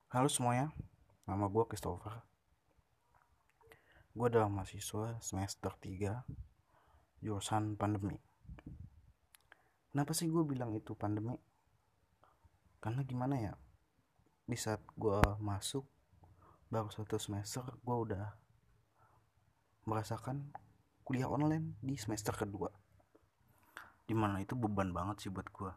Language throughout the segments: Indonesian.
Halo semuanya, nama gue Christopher. Gue adalah mahasiswa semester 3 jurusan pandemi. Kenapa sih gue bilang itu pandemi? Karena gimana ya, di saat gue masuk baru satu semester, gue udah merasakan kuliah online di semester kedua. Dimana itu beban banget sih buat gue.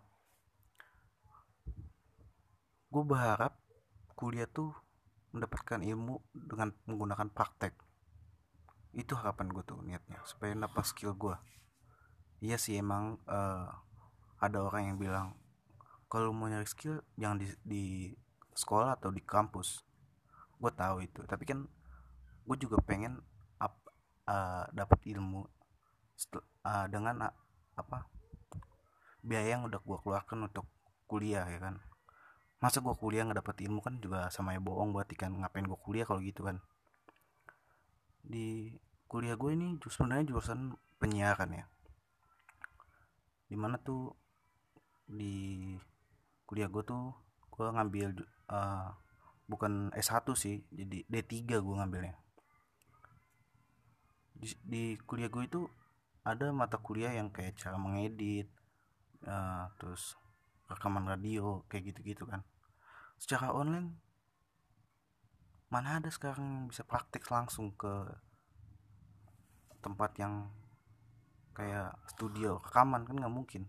Gue berharap kuliah tuh mendapatkan ilmu dengan menggunakan praktek. Itu harapan gue tuh niatnya, supaya nambah skill gue. Iya sih emang ada orang yang bilang kalau mau nyari skill jangan di sekolah atau di kampus. Gue tahu itu, tapi kan gue juga pengen dapat ilmu dengan apa biaya yang udah gue keluarkan untuk kuliah ya kan. Masa gue kuliah nggak dapet ilmu, kan juga sama ya bohong, berarti kan ngapain gue kuliah kalau gitu kan. Di kuliah gue ini sebenarnya jurusan penyiaran ya, dimana tuh di kuliah gue tuh gue ngambil uh, bukan S1 sih, jadi D3 gue ngambilnya. Di kuliah gue itu ada mata kuliah yang kayak cara mengedit, terus rekaman radio kayak gitu-gitu kan. Secara online mana ada sekarang yang bisa praktek langsung ke tempat yang kayak studio rekaman, kan nggak mungkin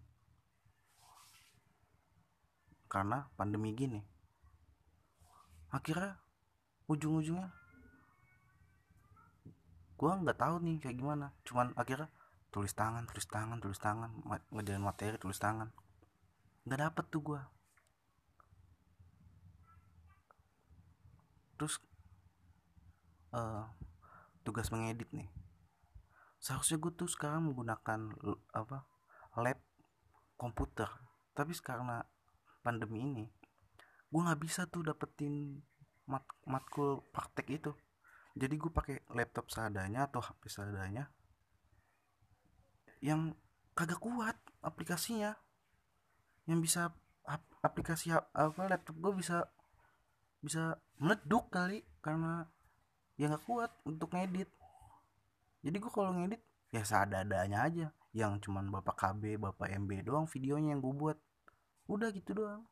karena pandemi gini. Akhirnya ujung-ujungnya gue nggak tahu nih kayak gimana, cuman akhirnya tulis tangan tulis tangan tulis tangan, ngejalan materi tulis tangan, nggak dapet tuh gue. Terus uh, tugas mengedit nih, seharusnya gue tuh sekarang menggunakan apa lab komputer, tapi karena pandemi ini gue nggak bisa tuh dapetin matkul praktek itu. Jadi gue pakai laptop seadanya atau HP seadanya yang kagak kuat aplikasinya, yang bisa aplikasi apa laptop gue bisa bisa meleduk kali karena ya nggak kuat untuk ngedit. Jadi gue kalau ngedit ya seadanya aja, yang cuman bapak KB bapak MB doang videonya yang gue buat, udah gitu doang.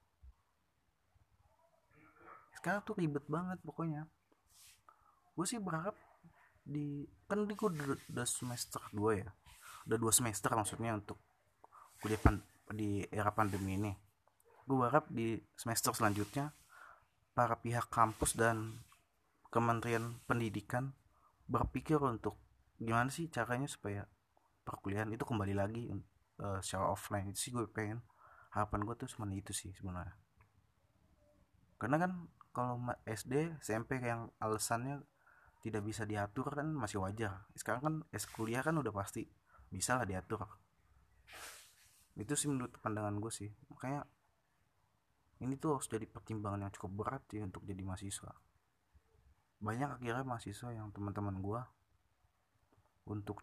Sekarang tuh ribet banget pokoknya. Gue sih berharap di kan di gue udah semester 2 ya, udah 2 semester maksudnya untuk kuliah di era pandemi ini. Gue berharap di semester selanjutnya para pihak kampus dan Kementerian Pendidikan berpikir untuk gimana sih caranya supaya perkuliahan itu kembali lagi secara offline. Itu sih gue pengen, harapan gue tuh cuma itu sih sebenarnya. Karena kan kalau SD SMP yang alasannya tidak bisa diatur kan masih wajar. Sekarang kan kuliah kan udah pasti bisa lah diatur. Itu sih menurut pandangan gue sih. Makanya ini tuh harus jadi pertimbangan yang cukup berat sih untuk jadi mahasiswa. Banyak akhirnya mahasiswa yang teman-teman gue untuk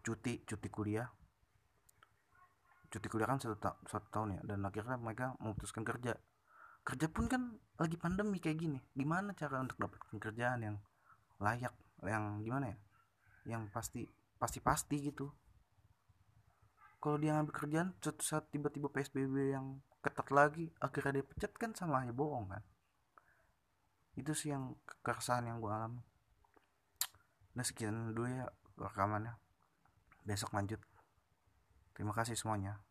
cuti kuliah kan satu tahun ya, dan akhirnya mereka memutuskan kerja. Kerja pun kan lagi pandemi kayak gini, gimana cara untuk dapatkan kerjaan yang layak, yang gimana ya, yang pasti pasti pasti gitu. Kalau dia ngambil kerjaan suatu saat tiba-tiba PSBB yang ketat lagi akhirnya dia pecat, kan sama aja bohong kan. Itu sih yang keresahan yang gue alami. Nah sekian dulu ya rekamannya, besok lanjut. Terima kasih semuanya.